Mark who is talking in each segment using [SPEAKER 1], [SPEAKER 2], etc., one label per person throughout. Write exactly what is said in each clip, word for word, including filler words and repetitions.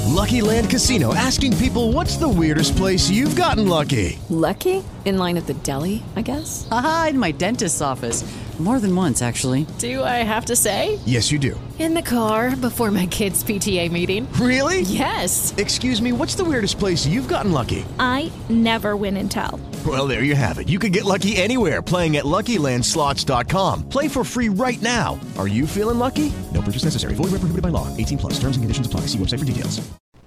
[SPEAKER 1] Lucky Land Casino, asking people, what's the weirdest place you've gotten lucky?
[SPEAKER 2] Lucky? In line at the deli, I guess?
[SPEAKER 3] Aha, in my dentist's office. More than once, actually.
[SPEAKER 2] Do I have to say?
[SPEAKER 1] Yes, you do.
[SPEAKER 2] In the car before my kids' P T A meeting.
[SPEAKER 1] Really?
[SPEAKER 2] Yes.
[SPEAKER 1] Excuse me, what's the weirdest place you've gotten lucky?
[SPEAKER 4] I never win and tell.
[SPEAKER 1] Well, there you have it. You can get lucky anywhere, playing at Lucky Land Slots dot com. Play for free right now. Are you feeling lucky? No purchase necessary. Void where prohibited by law. eighteen plus. Terms and conditions apply. See website for details.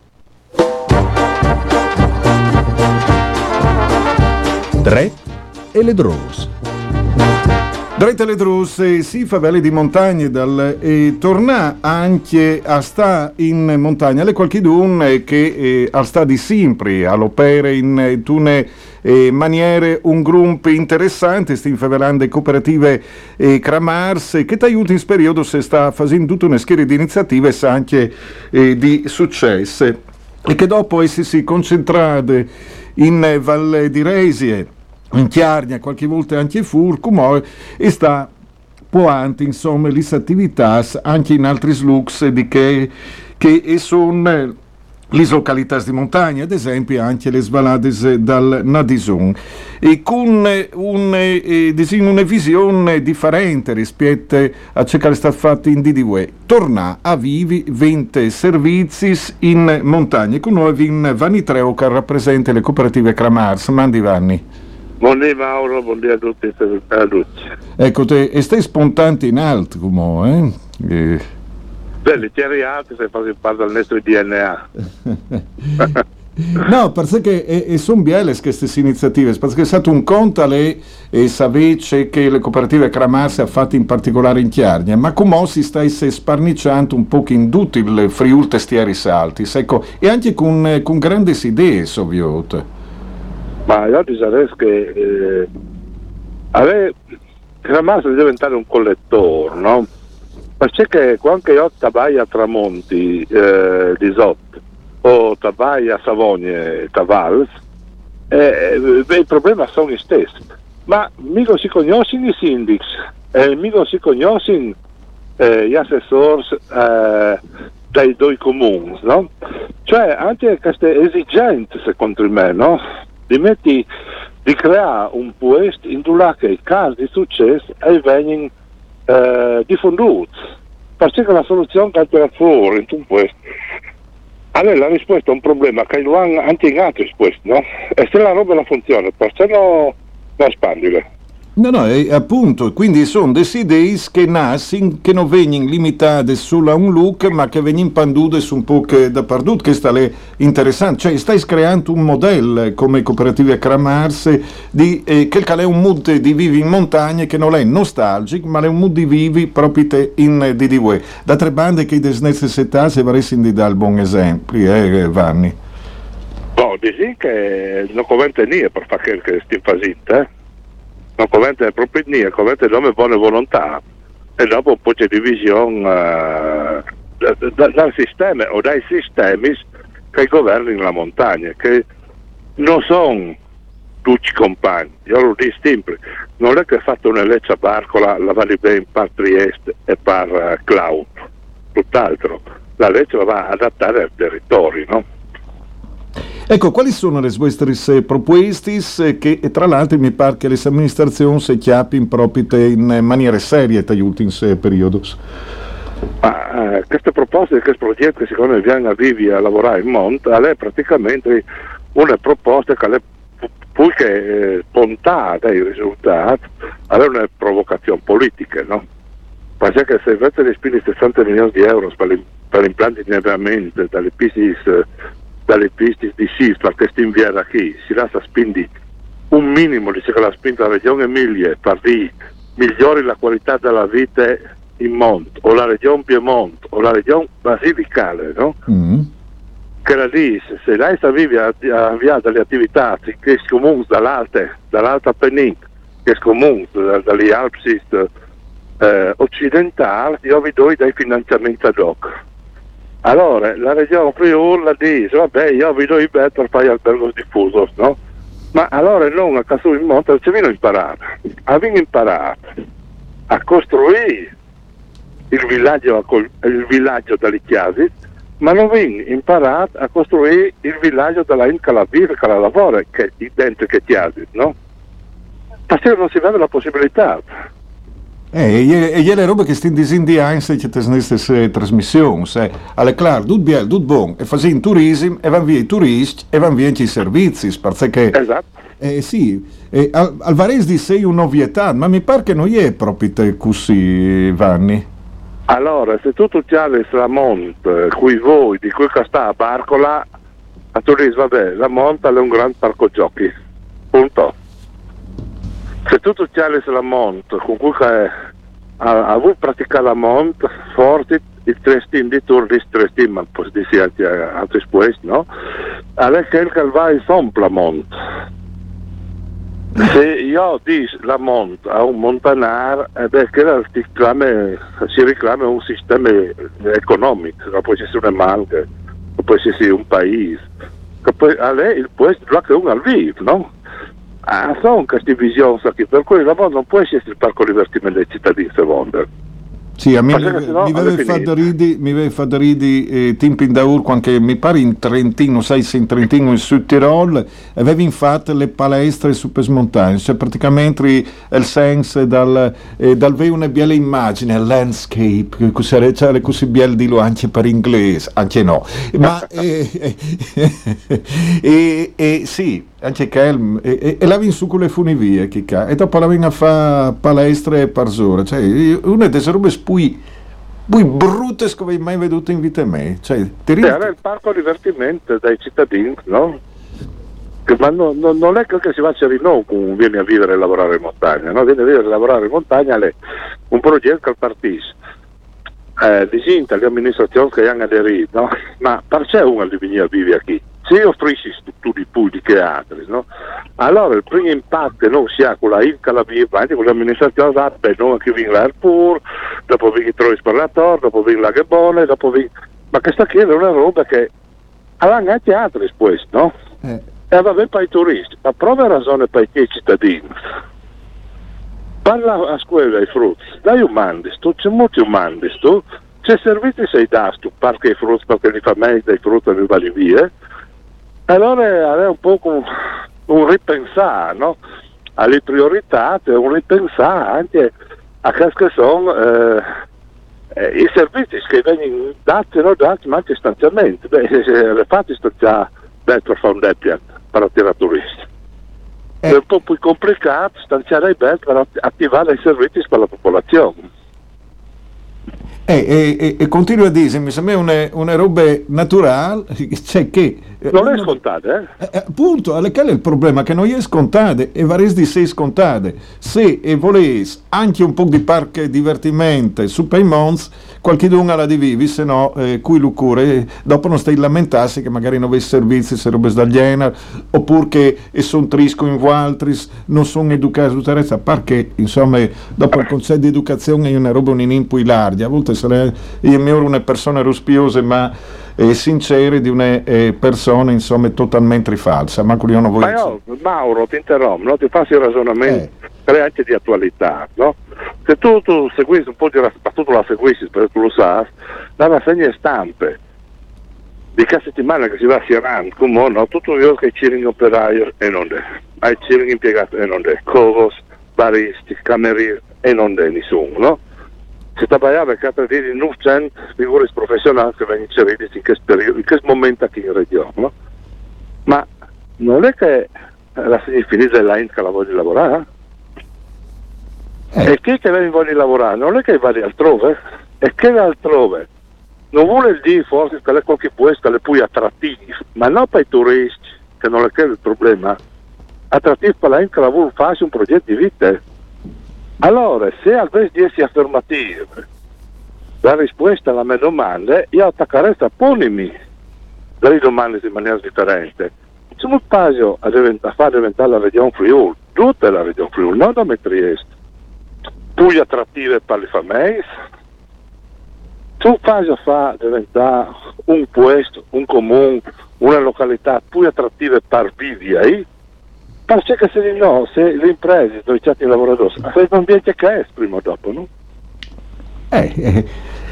[SPEAKER 5] Dre e le Drus. Dre e le Drus si fa vele di montagne dal e torna anche a sta in montagna le qualchidun che eh, al sta di sempre all'opere in tune eh, maniere un gruppo interessante sti favelande cooperative e eh, cramars che t'aiuta in periodo se sta facendo tutta una serie di iniziative e anche eh, di successo e che dopo essi si concentrate in Valle di Resie, in Chiarnia, qualche volta anche Furcumo, e sta poanti, insomma, le attività anche in altri slux di che, che sono le località di montagna, ad esempio anche le svalate dal Nadison, e con un, eh, una visione differente rispetto a ciò che è stato fatto in D D W. Torna a vivi venti servizi in montagna, con noi in Vanni Treo che rappresenta le cooperative Cramars. Mandi Vanni.
[SPEAKER 6] Buondì Mauro, buondì a tutti e a tutti.
[SPEAKER 5] Ecco te, e stai spontando in alto, come eh? eh.
[SPEAKER 6] Beh, li tieni alti se fai parte del nostro D N A.
[SPEAKER 5] No, perché e, e sono belle queste iniziative, perché è stato un conto lei e sapete che le cooperative Cramars ha fatto in particolare in Chiarnia, ma come si sta sparnicciando un po' in tutti il Friuli Testieri Salti, ecco, e anche con, con grandi idee, sovviute.
[SPEAKER 6] Ma io direi che eh, avere Cramars deve diventare un collettore, no? Perché quando io tabai a Tramonti eh, di Sot o tabai a Savogne Tavals, eh, il problema sono gli stessi. Ma mica si conoscono i sindici, e mica si conoscono eh, gli assessori eh, dai due comuni, no? Cioè anche queste esigenze, secondo me, no? Di metti di creare un puesto in cui i casi di successo e vengono Eh, diffonduti, perché la soluzione che per fuori in questo allora la risposta a un problema che lo hanno anche in altri risposte, no? E se la roba non funziona, perché no, non spandile.
[SPEAKER 5] No, no, è, appunto, quindi sono delle idee che nascono, che non vengono limitate solo a un look, ma che vengono pandute su un po' che da pardut, che sta lì interessante. Cioè, stai creando un modello come cooperative Cramars di eh, che è un mood di vivi in montagna che non è nostalgico, ma è un mood di vivi proprio te in D D W. Da tre bande che des necessità se vorresti di dare il buon esempio, eh, Vanni.
[SPEAKER 6] No, dici che non convente niente per fare quel che stiamo facendo, eh? Non convente proprio niente, convente nome buone volontà e dopo poi c'è divisione uh, da, da, dal sistema o dai sistemi che governano la montagna, che non sono tutti compagni. Io lo dico sempre, non è che ha fatto una legge a Barcola, la vale bene per Trieste e per uh, Cloud, tutt'altro, la legge la va ad adattare al territorio, no?
[SPEAKER 5] Ecco, quali sono le vostre proposte che tra l'altro mi pare che le amministrazioni si chiappino proprio in maniera seria negli ultimi periodi?
[SPEAKER 6] Ma, eh, queste proposte, questo progetto che secondo me viene a Vivi a lavorare in Monte, è praticamente una proposta che è poi che eh, puntata ai risultati, è una provocazione politica, no? Perché se invece di spendere sessanta milioni di euro per, per impianti di avviamento dalle piste dalle piste di S I S, perché sti inviare qui, si lascia spendere un minimo, dice che la spinta la regione Emilia per di migliori la qualità della vita in Monte, o la regione Piemonte, o la regione Basilicale, no? Mm. Che la dice, se lei sta vivi a, a avviare delle attività che scomunque dall'alta, dall'alta Penning, che scomunque da, dalle Alpsi eh, occidentali, io vi do dei finanziamenti ad hoc. Allora, la regione Friuli la dice, vabbè, io vi do i bet per fare albergos diffusos, no? Ma allora non a caso in monte, ci viene imparato, abbiamo imparato a costruire il villaggio, il villaggio dalle chiavi ma non viene imparato a costruire il villaggio della in che la vive, che la lavora, che è dentro che ti ha, no? Perché non si vede la possibilità.
[SPEAKER 5] Eh, e le robe che sti disindi anche che te queste trasmissioni, eh. Alle clar, tutto bello, tutto buono, e fai in turismo, e vanno via i turisti, e vanno via anche i servizi, perché...
[SPEAKER 6] Esatto.
[SPEAKER 5] Eh sì, eh, al, al Varese di sei un'ovvietà, ma mi pare che non è proprio te così, Vanni.
[SPEAKER 6] Allora, se tu ti hai la monte, qui voi, di cui sta a Barcola, a Torino, vabbè, la monte è un grande parco giochi, punto. Se tu ti hai la monte, con cui ha avuto praticare la monte, forse il tre team di tour, il tre team, ma poi di altri, altri sposti, no? Allora che il va in la monte. Se io dico la monte a un montanar, eh beh, che si reclama, si reclama un sistema economico, non può essere una manca, non può essere un paese, che poi a lei il posto là che uno al vivo, no? Ah, sono queste visioni qui, per cui la monte non può essere il parco divertimento dei cittadini, secondo.
[SPEAKER 5] Sì, a me mi, no, mi aveva fatto ridi, mi aveva fatto ridi eh, tempo in Daur, quando mi pare in Trentino, non sai se in Trentino in Sud Tirol, aveva infatti le palestre su per smontagna, cioè praticamente il senso dal, eh, dal avere una bella immagine, landscape, così, cioè, così bella di lo anche per inglese, anche no, ma eh, eh, eh, eh, sì, anche calm, e, e, e la vin su con le funivie, e dopo la vin a fare palestre e parzore, cioè una delle robe spui poi brutte che avevi mai veduto in vita mia, cioè ti
[SPEAKER 6] era il parco divertimento dei cittadini, no? Che, ma no, no, non è che si faccia di no come vieni a vivere e lavorare in montagna, no? Vieni a vivere e lavorare in montagna è un progetto che partisce eh, di gente, le amministrazioni che hanno aderito, no? Ma per c'è uno di venire a vivere qui, se offrisci strutture pubbliche e altre, no? Allora il primo impatto non si ha con la I N C A, la viva, anche con l'amministrazione, beh, non che viene l'Airpur, dopo viene i Trois-Parlator, dopo viene la Gabone, dopo viene... Ma questa qui è una roba che avranno anche altri questo, no? Eh. E va bene per i turisti, ma prova ragione per i cittadini. Parla a scuola ai frutti, dai umani, tu c'è molti umani, tu c'è servizi sei da tu parchi i frutti perché li fa meglio dai frutti e li va via. Allora è un po' un, un ripensare, no? Alle priorità, un ripensare anche a che sono eh, eh, i servizi che vengono dati e non dati, ma anche stanziamenti. Beh, le fatti stanno già dentro fare un depian per attirare turisti. Eh. È un po' più complicato stanziare i bel per attivare i servizi per la popolazione.
[SPEAKER 5] Eh, e, e, e continua a dire, mi sembra una, una roba naturale, cioè che...
[SPEAKER 6] Non è scontata, eh?
[SPEAKER 5] eh? Appunto, alle qual è il problema? Che non è scontata, e varese di sei scontate. Se e volessi anche un po' di parco divertimento su Paymons, qualche dunga la divivi, se no, eh, cui lo cure, dopo non stai lamentarsi che magari non avessi servizi, se robe sbagliate, oppure che e sono trisco in Valtris, non sono educati su terrezza, perché, insomma, dopo il concetto di educazione è una roba un input larga, a volte sarei io mi ero una persona ruspiose, ma eh, sincere di una eh, persona insomma totalmente falsa. Ma io non voglio...
[SPEAKER 6] Ma io, Mauro, ti interrompo, no? Ti faccio il ragionamento eh. anche di attualità, no? Se tu, tu seguisci un po' di ma tu la seguisci perché tu lo sai, la rassegna stampe di che settimana che si va a Siran, come no? Tutto io che ci operaio e non è, hai ci impiegato e non è, covos, baristi, camerieri e non è nessuno, no? Si trabalhava che per dire novecento figure professionali che vengono inserite in questo periodo, in questo momento qui in regione, no? Ma non è che la finita è la I N C A la voglio lavorare? Eh. E chi che viene voglio lavorare? Non è che va altrove, è che va altrove. Non vuole dire forse che le qualche puesto le più attrattivi, ma non per i turisti, che non è che il problema. Attrattivo per la I N C A la vuole fare un progetto di vita. Allora, se al invece di essere affermative, la risposta alla mia domanda, io attaccherei a ponimi le domande in maniera differente. Sono capace a, divent- a far diventare la regione Friuli, tutta la regione Friuli, non da Trieste, più attrattive per le famiglie, sono capace a far diventare un puesto, un comune, una località più attrattive per vivere. Perché che se no, se le imprese dove c'è i lavoratori, se non viene che è prima o dopo, no?
[SPEAKER 5] Eh, eh,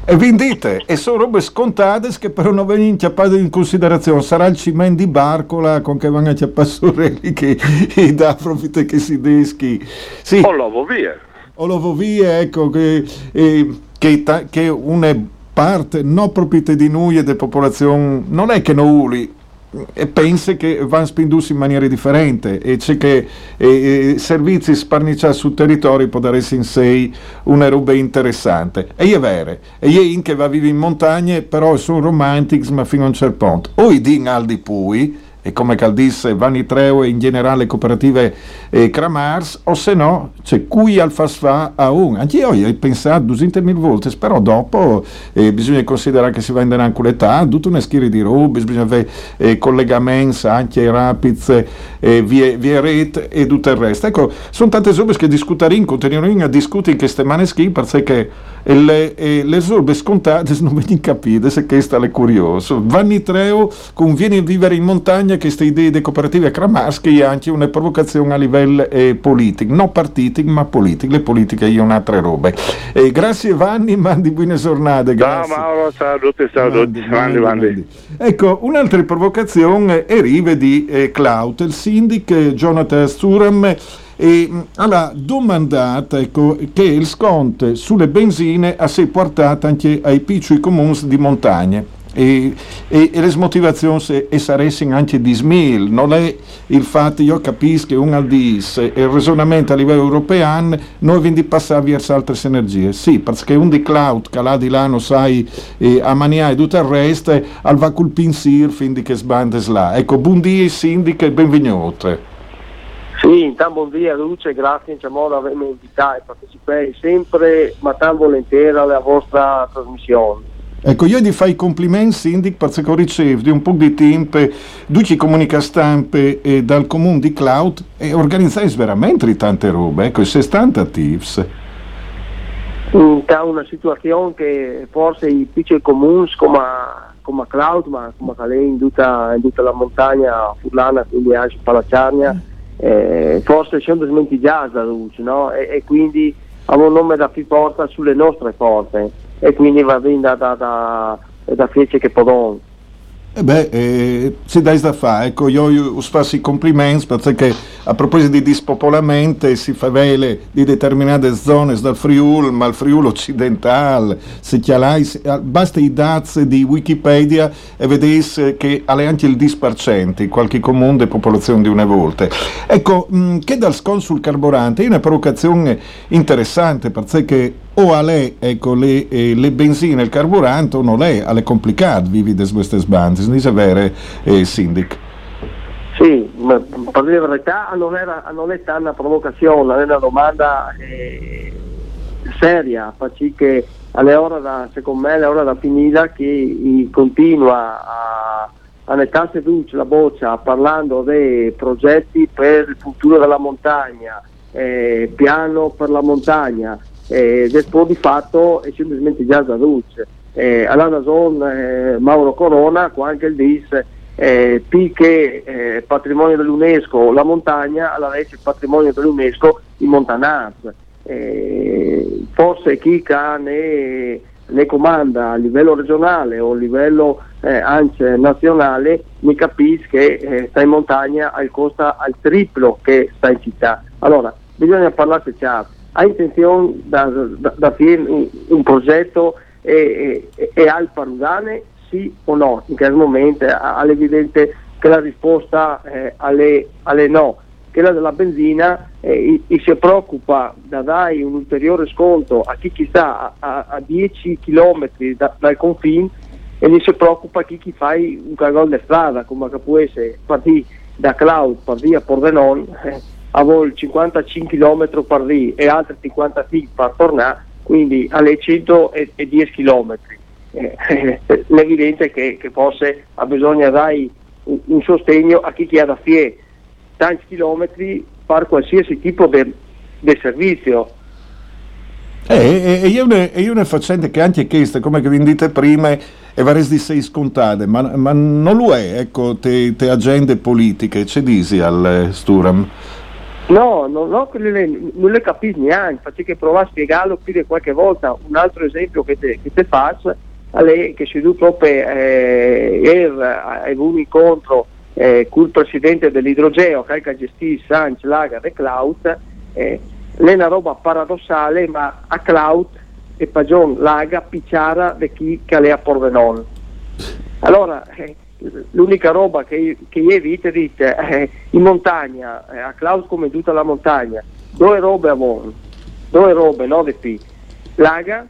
[SPEAKER 5] E vi dite, e sono robe scontate che però non vengono inchiappate in considerazione. Sarà il cimento di Barcola con che vanno a chiappare su relli che dà profite che si deschi. Sì.
[SPEAKER 6] O l'ovo via.
[SPEAKER 5] O l'ovo via, ecco, che, eh, che, ta, che una parte non proprio di noi e della popolazione non è che non uli, e pensa che vanno spindusi in maniera differente e c'è che eh, servizi sparniciati sul territorio può dare in sé una roba interessante e è vero e io in che va a vivere in montagne però sono romantics ma fino a un certo punto o i din al di pui e come Caldisse, Vanni Treo e in generale cooperative eh, Cramars, o se no c'è cui al fasfa a un. Anche io ho pensato duecentomila volte, però dopo eh, bisogna considerare che si va in anche l'età, tutta una schiera di robe, bisogna avere eh, collegamenti anche ai rapids, eh, via, via rete e tutto il resto. Ecco, sono tante robe che discuteremo, continueremo a discutere in queste maneschi perché le, eh, le robe scontate non vengono capite se questo è curioso. Vanni Treo conviene vivere in montagna che queste idee di cooperative Kramarski è anche una provocazione a livello eh, politico, non partitico ma politico, le politiche io un'altra roba. Eh, grazie Vanni, mandi buone giornate. Grazie.
[SPEAKER 6] Ciao Mauro, ciao a tutti, ciao a tutti. Mandi, mandi, mandi.
[SPEAKER 5] Ecco, un'altra provocazione arriva di eh, Cloud, il sindaco eh, Jonathan Sturm e ha domandato ecco, che il sconto sulle benzine a sé portato anche ai piccoli comuni di montagna. E, e, e le motivazioni e sarebbero anche di smil, non è il fatto, io capisco che un al dis e il ragionamento a livello europeo noi quindi passare verso altre energie, sì, perché un di cloud che là di là non sai eh, a maniare e tutto il resto al va col pinsir fin di che sbande là. Ecco, buondì sindica e benvenuti.
[SPEAKER 7] Sì, intanto buongiorno a Luce, grazie in modo avermi invitato e partecipare sempre, ma tan volentieri alla vostra trasmissione.
[SPEAKER 5] Ecco, io gli fai i complimenti, Sindic, perché ho ricevuto un po' di tempo, due comunica stampe eh, dal comune di Cloud e organizzai veramente tante robe, ecco, sessanta tips.
[SPEAKER 7] C'è una situazione che forse i piccoli comuni come, come Cloud, ma come lei in tutta, in tutta la montagna furlana, quindi anche Palacciarnia, eh, forse sono smentiggiati da luce, no? E, e quindi hanno un nome da più porta sulle nostre porte. E quindi va bene da, da, da, da fece che podon.
[SPEAKER 5] E beh, eh, si dai da fare, ecco, io, io faccio i complimenti perché a proposito di dispopolamento si fa vele di determinate zone dal Friuli, ma il Friuli occidentale, se chialai, basta i dati di Wikipedia e vedete che ha anche il dieci per cento in qualche comune di popolazione di una volta. Ecco, mh, che dal scon sul carburante è una provocazione interessante perché o a lei, ecco, le, eh, le benzine e il carburante o non è, alle complicato vivi di queste sbande, non è vero, eh, Sindic?
[SPEAKER 7] Sì, ma per dire la verità non, era, non è una provocazione, è una domanda eh, seria, perché alle ore da, secondo me, alle ore da finita che continua a a metà seduce la boccia parlando dei progetti per il futuro della montagna, eh, piano per la montagna, e eh, poi di fatto è semplicemente già da luce. Eh, alla zona eh, Mauro Corona, qua anche il D I S, eh, più che eh, patrimonio dell'UNESCO la montagna, alla rete patrimonio dell'UNESCO i montanars. Eh, forse chi ne, ne comanda a livello regionale o a livello eh, anche nazionale mi capisce che eh, sta in montagna al costa al triplo che sta in città. Allora bisogna parlare chiaro. Ha intenzione da, da, da fare un, un progetto e, e, e al parudane sì o no? In questo momento è evidente che la risposta eh, alle, alle no. Quella della benzina eh, e si preoccupa da dare un ulteriore sconto a chi, chi sta a, a dieci chilometri da, dal confine e gli si preoccupa chi, chi fa un cagol di strada come che può essere partire da Cloud, partire a Pordenone, eh, a voi cinquantacinque chilometri per lì e altri cinquantacinque per tornare, quindi alle centodieci chilometri. Eh, è evidente che, che forse ha bisogno di dare un, un sostegno a chi, chi ha da fare tanti chilometri per qualsiasi tipo di servizio.
[SPEAKER 5] Eh, e io ne, io ne facendo che anche queste, come che vi dite prima, e varesi di sei scontate, ma, ma non lo è, ecco, te, te agende politiche, c'è disi al Sturm?
[SPEAKER 7] No, no, no, le, non le capisci neanche, perché provare a spiegarlo più di qualche volta. Un altro esempio che te, che te faccio è che si tu proprio eh, er, un incontro eh, con il presidente dell'idrogeo che ha gestito Sanz, Laga e Cloud, eh, è una roba paradossale, ma a Cloud e Pagion Laga picciara di chi che le ha Pordenone. Allora eh, l'unica roba che, che io evito dite eh, in montagna, eh, a Cloud come tutta la montagna, due robe a voi, due robe, no di P, Laga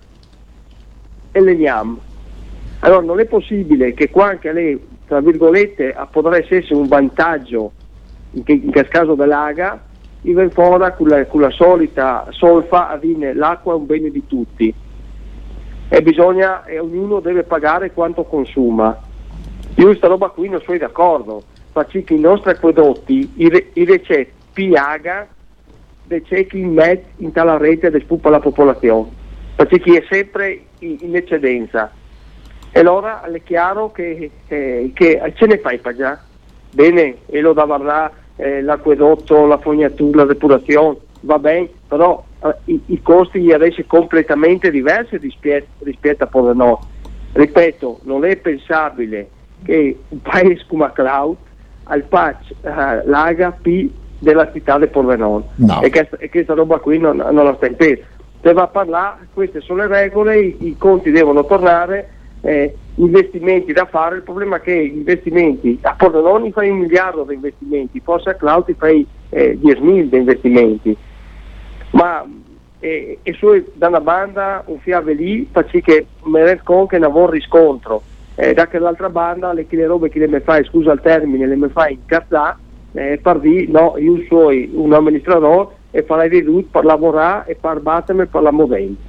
[SPEAKER 7] e Legnam. Allora non è possibile che qua anche lei, tra virgolette, potrebbe essere un vantaggio in, che, in caso dell'Aga, i ven fuori con la, con la solita solfa a dire l'acqua è un bene di tutti e bisogna, e ognuno deve pagare quanto consuma. Io questa roba qui non sono d'accordo, faccio che i nostri acquedotti, i, re, i recetti piaga, c'è chi in mezzo in tale rete e spupa la popolazione, faccio che è sempre in, in eccedenza. E allora è chiaro che, eh, che ce ne fai già, bene, e lo da varrà eh, l'acquedotto, la fognatura, la depurazione, va bene, però eh, i, i costi gli adesso completamente diversi rispetto, rispetto a Pordenone. Ripeto, non è pensabile che un paese come Cloud al patch eh, l'Aga P della città di Pordenone,
[SPEAKER 5] no.
[SPEAKER 7] e, questa, e questa roba qui non, non la sta in peso. Se va a parlare, queste sono le regole, i, i conti devono tornare. Eh, investimenti da fare, il problema è che investimenti a Pordenone fai un miliardo di investimenti, forse a Cloud fai eh, diecimila di investimenti, ma eh, e su da una banda un fiave lì faccio che mi rendo conto che non ho riscontro, eh, da che l'altra banda le, che le robe che le mi fai, scusa il termine, le mi fai incazzare, eh, per dire no, io sono un amministratore e farei di tutto per lavorare e per battermi per la movente.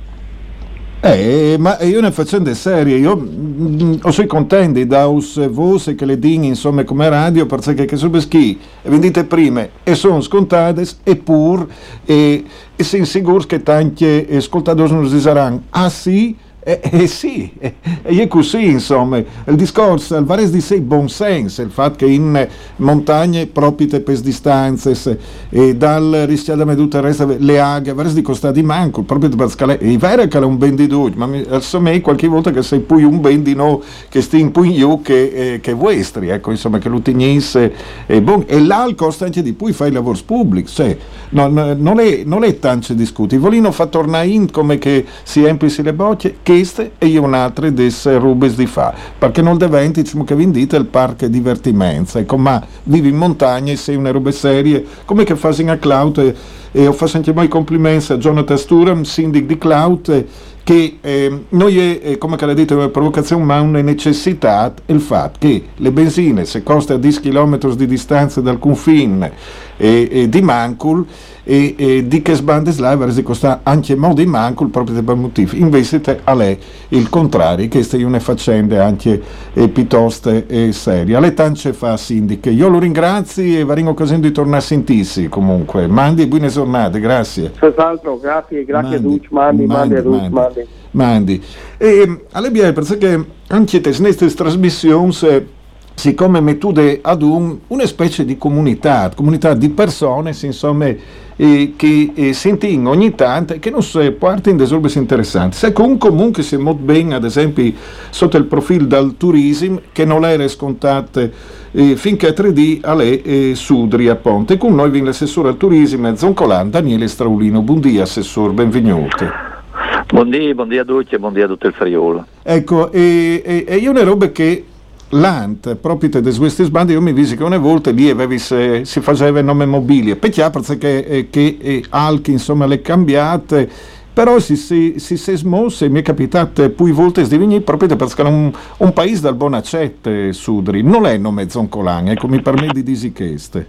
[SPEAKER 5] Eh, ma io ne facendo serie, io mh, ho sui contenti da us voce che le ding insomma come radio, perché che sono schi e vendite prime e sono scontate e pur e, e sono sicuro che tanti ascoltatori non si saranno ah sì Eh, eh sì, e eh, è così insomma, il discorso, il vares di sé buon senso, il fatto che in montagne propite per distanze e dal riscaldamento tutto il resto, le aghe, vares di costati manco, proprio per scalare, è vero che è un ben di due, ma insomma qualche volta che sei poi un ben di no, che sti in poi io che, eh, che vuestri, ecco insomma che lo tenisse, e, bon, e là il costo anche di poi fai i lavori pubblici, cioè, non, non, è, non è tanto discuti, volino fa tornare in come che si empisi le bocce, che e io un'altra desse rubes di fa perché non diventi diciamo che vendite il parco divertimento ecco ma vivi in montagna e sei una roba serie come che fai in a Cloud e, e ho fatto anche mai complimenti a Jonathan Sturm sindic di Cloud eh, che eh, noi è eh, come che l'ha detto una provocazione ma una necessità il fatto che le benzine se costa a dieci chilometri di distanza dal confine e, e di Mancul e, e di che sbande slava si costa anche mo di Mancul proprio per motivi invece a lei il contrario che stai una faccende anche eh, piuttosto eh, serie alle tante fa sindiche io lo ringrazio e va in occasione di tornare a sentirsi comunque mandi e buone giornate grazie
[SPEAKER 7] senz'altro grazie grazie mandi, a tutti mandi mandi, mandi a tutti mandi
[SPEAKER 5] mandi e alle bie perché anche te queste trasmissioni siccome mettude ad un una specie di comunità comunità di persone insomma eh, che eh, senti ogni tanto che non si parte in desorbes interessanti se con comunque si molto bene ad esempio sotto il profilo del turismo che non era scontato eh, finché a tre D alle eh, Sudri a Ponte con noi viene l'assessore al turismo a Zoncolan Daniele Straulino buondì assessore benvenuto.
[SPEAKER 8] Buondì, buondì a tutti e buondì a tutto il Friuli.
[SPEAKER 5] Ecco e, e, e io una roba che l'Ant, proprio di queste sbande, io mi visi che una volta lì avevi se, si faceva il nome mobile, pecchià perché eh, che eh, Alchi insomma le cambiate, però si si, si, si è smosse, mi è capitato più volte di venire proprio perché è un, un paese dal Bonacette, Sudri, non è il nome Zoncolan, ecco mi permette di dire che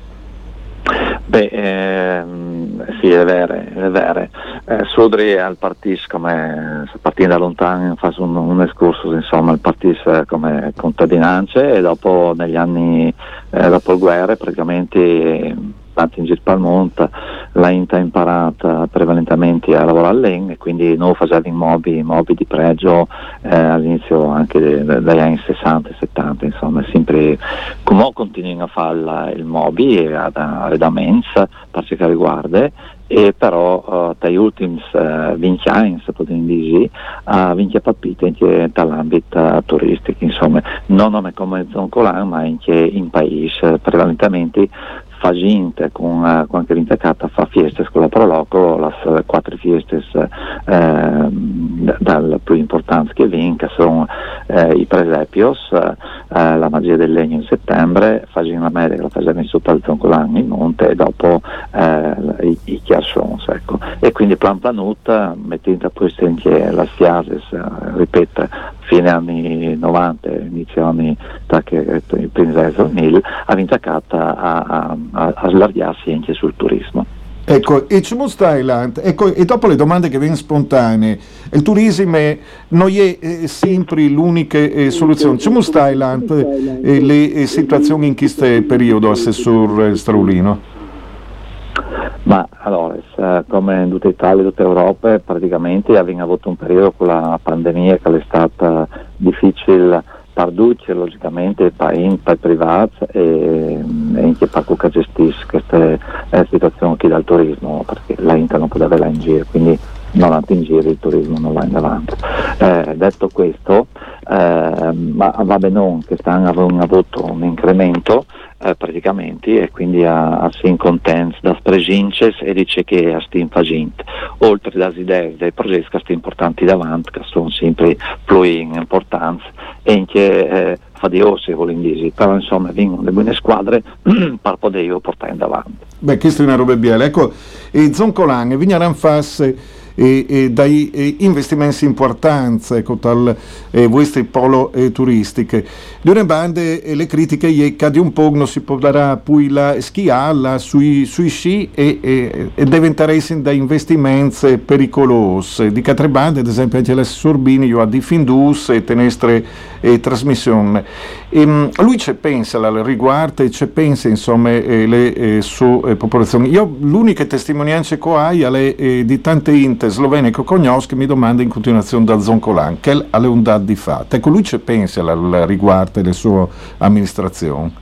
[SPEAKER 8] Beh, ehm, sì, è vero, è vero. Eh, Sudri al partito come, partendo da lontano, fa un, un escursus, insomma, il partito come contadinanze e dopo, negli anni, eh, dopo le guerre, praticamente, tanto in giro per il mondo, la Inta ha imparato prevalentemente a lavorare all'En e quindi non faceva immobili, immobili di pregio eh, all'inizio anche de, de, dagli anni sessanta e settanta, insomma, sempre che come continuano a fare il Mobi e ad, ad Amenza per ciò che riguarda, e però uh, dagli ultimi uh, venti anni, se possiamo dire, ha vinto papite anche dall'ambito uh, turistico, insomma, non come Zoncolan, ma anche in paese, prevalentemente fa gente con, uh, con anche l'intacata fa fieste con la Proloco, le quattro fieste uh, dal più importante che vinca sono uh, i presepios, uh, la magia del legno in settembre, fa la media che la facciamo sotto al Zoncolan in monte e dopo uh, i, i chiarsons, ecco. E quindi plan planut mettendo a posto anche la Stiases, uh, ripeto, fine anni novanta, inizio anni che il Princeso Nil ha intacata a, a a, a slargarsi anche sul turismo.
[SPEAKER 5] Ecco, e ci Thailand, ecco, e dopo le domande che vengono spontanee, il turismo non è eh, sempre l'unica eh, soluzione. Ci Thailand, eh, le eh, situazioni in questo periodo, Assessor Straulino?
[SPEAKER 8] Ma allora, come in tutta Italia e tutta Europa, praticamente abbiamo avuto un periodo con la pandemia che è stata difficile Parduce logicamente per i privati e, e anche per chi gestisce queste eh, situazioni qui dal turismo, perché la Inter non poteva avere in giro, quindi non andando in giro il turismo non va in avanti. Eh, detto questo, eh, ma va bene non che stanno avendo avuto un incremento eh, praticamente, e quindi a, a sin contents da spreginces e dice che a stin facente, oltre dalle idee dei progetti che sono importanti davanti, che sono sempre più importanti e anche eh, fadiosi, vogliono dire, però insomma vengono le buone squadre per poter portare in davanti.
[SPEAKER 5] Beh, questa è una roba bella. Ecco, e Zoncolan, vigneranno fasse E, e dai e investimenti importanti, ecco, dal eh, queste polo eh, turistiche. Due bande e le critiche che di un po' non si potrà poi la schialla sui, sui sci e, e, e diventare da investimenti pericolosi. Di altre bande, ad esempio anche l'assessor Bini, io a di Findus e tenestre e trasmissione. E, lui ci pensa al riguardo e ci pensa insomma eh, le eh, su eh, popolazioni. Io l'unica testimonianza che ho è eh, di tante inte slovene che conosco, che mi domanda in continuazione da Zoncolan che è un dato di fatto. Ecco, lui ci pensa al riguardo delle sue amministrazioni.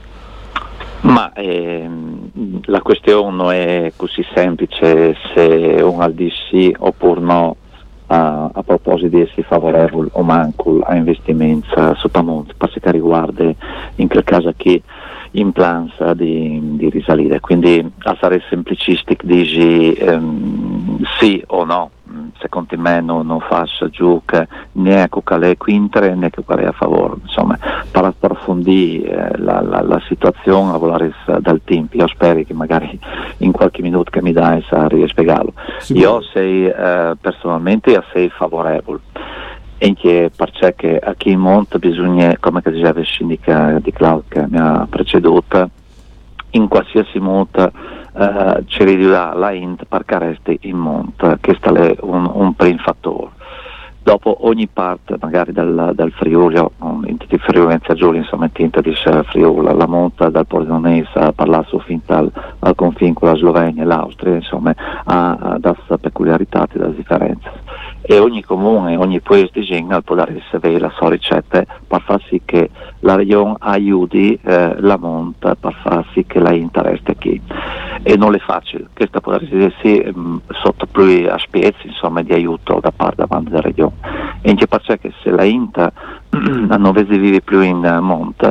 [SPEAKER 8] Ma ehm, la questione non è così semplice se uno al di sì oppure no. A, a proposito di essere favorevole o manco a investimenti uh, sottomonte, per ciò che riguarda in quel caso qui in plans di, di risalire, quindi a sarei semplicistico dici um, sì o no. Secondo me non, non fa giù né con calè quintere né con calè a favore, insomma, per approfondire eh, la, la, la situazione a volare dal team. Io spero che magari in qualche minuto che mi dai sa rispiegarlo. Sì, io sei eh, personalmente sei favorevole, e che perché che a chi monta bisogna, come che diceva il sindaco di Cloud che mi ha preceduto, in qualsiasi modo Uh, ci ridurrà la int per caresti in monte, che è un, un primo fattore. Dopo ogni parte magari dal, dal Friuli, in tutti i Friuli Venezia Giulia, insomma tinta di Friuli, la monta dal Pordenonese a parlare su fin al, al confine con la Slovenia e l'Austria, insomma ha, ha da peculiarità e da differenze. E ogni comune, ogni paese di Gingal può dare la sua ricetta per far sì che la regione aiuti eh, la monta, per far sì che la interessa qui. E non è facile, questa può essere sì, mh, sotto più aspetti insomma di aiuto da parte davanti della regione. E anche perché se la Inter non vive più in uh, monte,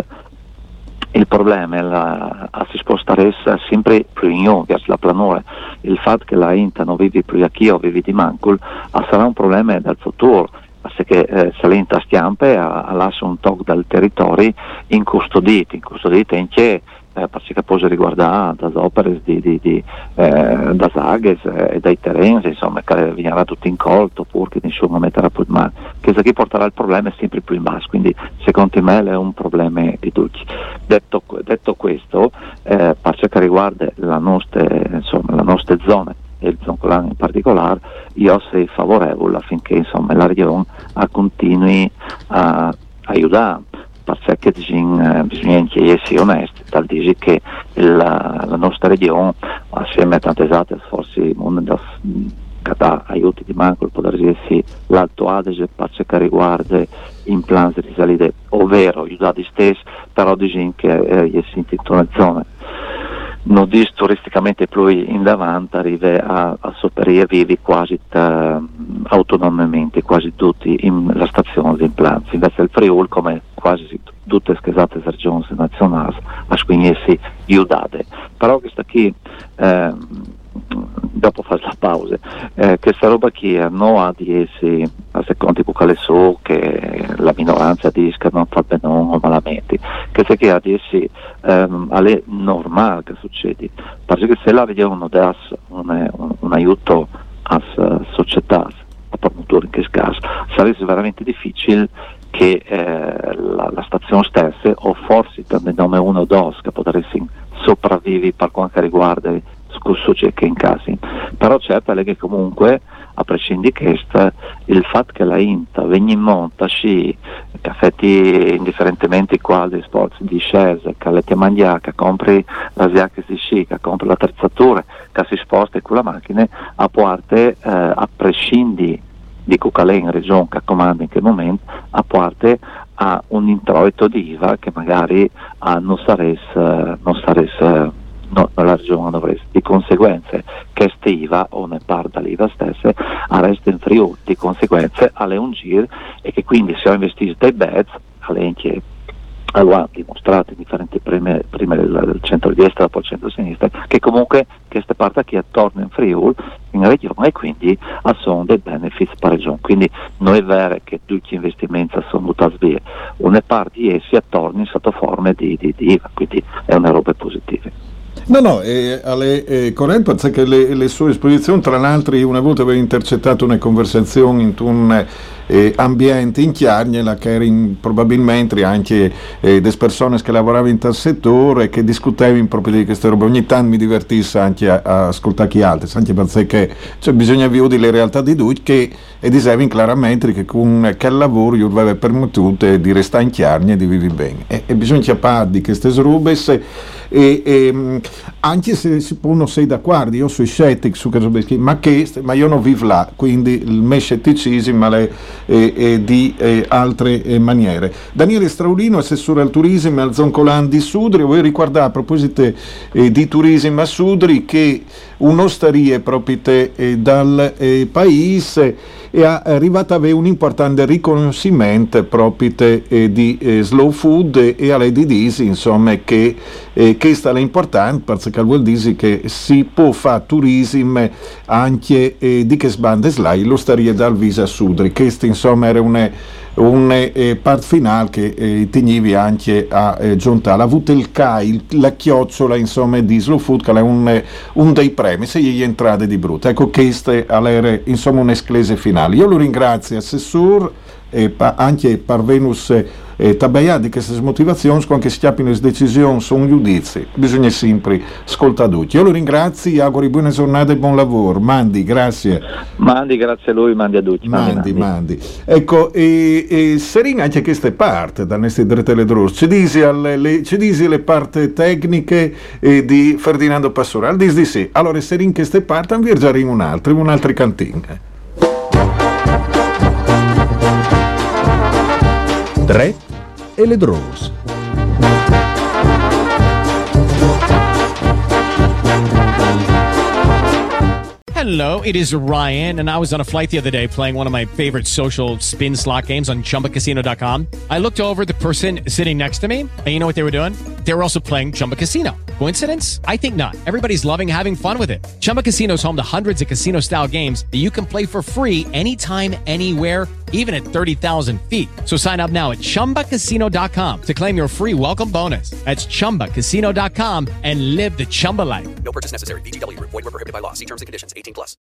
[SPEAKER 8] il problema è la, a si spostare sempre più in giù verso la pianura. Il fatto che la Inter non vive più a Chio, vive di Mancul, sarà un problema del futuro, perché eh, se l'Inter stiampe ha lascia un tocco dal territorio incustodito, incustodito anche eh, perché poi riguarda das opere di, di, di eh, das aghes e eh, dai terreni, insomma, che venirà tutto incolto pur nessuno metterà più in mano. Che chi porterà il problema è sempre più in basso, quindi secondo me è un problema di tutti. Detto, detto questo, eh, per ciò che riguarda la nostra, insomma, la nostra zona e il Zoncolan in particolare, io sei favorevole affinché insomma la regione continui a aiutare, perché bisogna, bisogna anche essere onesti, dal dire che la, la nostra regione assieme a tante altre forse che dà aiuti di manco, può essere l'Alto Adige per ciò che riguarda implants di salide, ovvero gli dati stessi, però dicono che eh, gli si intitolazione non dis turisticamente più in davanti arriva a, a sopperire vivi quasi t, autonomamente, quasi tutti in la stazione di implants. Invece il Friuli, come quasi tutte le scusate regioni nazionali, a squinirsi aiutate. Però questa qui, eh, dopo fare la pausa, eh, questa roba qui non ha di essere, a secondo di quale so che la minoranza dice che non fa bene o malamente, che se che ha di essere ehm, è normale che succede, perché se la vediamo da un, un, un aiuto alla società, a promotori in questo caso, sarebbe veramente difficile che eh, la, la stazione stessa, o forse per nome uno o due che potrebbero sopravvivere per quanto riguarda succede che in casi, però certo è che comunque a prescindere di questo il fatto che la Inta venga in monta sci caffetti indifferentemente quali sport di scesa, che le mangiare, che compri la siacca di sci, che compri l'attrezzatura, che si sposta con la macchina, a parte eh, a prescindere di Cucalè in regione che comanda in che momento, a parte a un introito di I V A che magari ah, non sarebbe non sarebbe no, la regione dovreste. Di conseguenze che I V A o ne parla l'I V A stessa a resta in Friuli, di conseguenze alle un giro e che quindi se ho investito dei bets alle anche lo ha dimostrato in differenti prime, prime del, del centro di destra dopo il centro sinistra che comunque queste parti qui attorno in Friuli in regione e quindi sono dei benefits per la regione, quindi non è vero che tutti gli investimenti sono buttati via, una parte di essi attorno in sotto forme di, di, di I V A, quindi è una roba positiva.
[SPEAKER 5] No, no, è, è corretto perché le, le sue esposizioni, tra l'altro una volta avevo intercettato una conversazione in un eh, ambiente in Chiarniela che erano probabilmente anche eh, delle persone che lavoravano in tal settore e che discutevano proprio di queste robe. Ogni tanto mi divertissi anche a, a ascoltare chi altri, anche perché cioè, bisogna vedere le realtà di tutti che e dicevano chiaramente che con quel lavoro io avevo permettuto di restare in Chiarnia e di vivere bene. E, e bisogna chiappare di queste robe e, e anche se si può non sei d'accordo, io sono scettico su questo, ma, che, ma io non vivo là, quindi il mio scetticismo è eh, eh, di eh, altre eh, maniere. Daniele Straulino, assessore al turismo al Zoncolan di Sudri, vuoi ricordare a proposito eh, di turismo a Sudri che un'osteria proprio eh, dal eh, paese è arrivata a avere un importante riconoscimento proprio eh, di eh, slow food e a lei di disi insomma che eh, questa è importante perché vuol dire che si può fare turismo anche eh, di che sbande slai l'osteria dal Visa Sudri. Questo insomma era un un eh, part finale che eh, tegnevi anche a eh, Giuntà. Ha avuto il C A I, la chiocciola insomma di Slow Food che è un, un dei premi se gli entrate di brutto. Ecco queste all'era insomma un'esclese finale. Io lo ringrazio assessor e pa- anche per Venus eh, Tabaià di queste motivazioni quando si chiappino le decisioni sono giudizi bisogna sempre ascoltare tutti. Io lo ringrazio e auguri buone giornate e buon lavoro. Mandi, grazie.
[SPEAKER 8] Mandi, grazie a lui, mandi a tutti.
[SPEAKER 5] Mandi, mandi. mandi. Ecco, e, e Serena anche queste parti da queste dritte le drus ci dici alle, le, ci dici le parti tecniche eh, di Ferdinando Passura al dis di sì. Allora Serena queste parti andiamo a in un altro in un'altra cantina.
[SPEAKER 1] Tre e le Drus.
[SPEAKER 9] Hello, it is Ryan, and I was on a flight the other day playing one of my favorite social spin slot games on Chumba Casino dot com. I looked over at the person sitting next to me, and you know what they were doing? They were also playing Chumba Casino. Coincidence? I think not. Everybody's loving having fun with it. Chumba Casino is home to hundreds of casino-style games that you can play for free anytime, anywhere, even at thirty thousand feet. So sign up now at Chumba Casino dot com to claim your free welcome bonus. That's Chumba Casino dot com and live the Chumba life.
[SPEAKER 10] No purchase necessary. V G W. Void where prohibited by law. See terms and conditions. eighteen plus.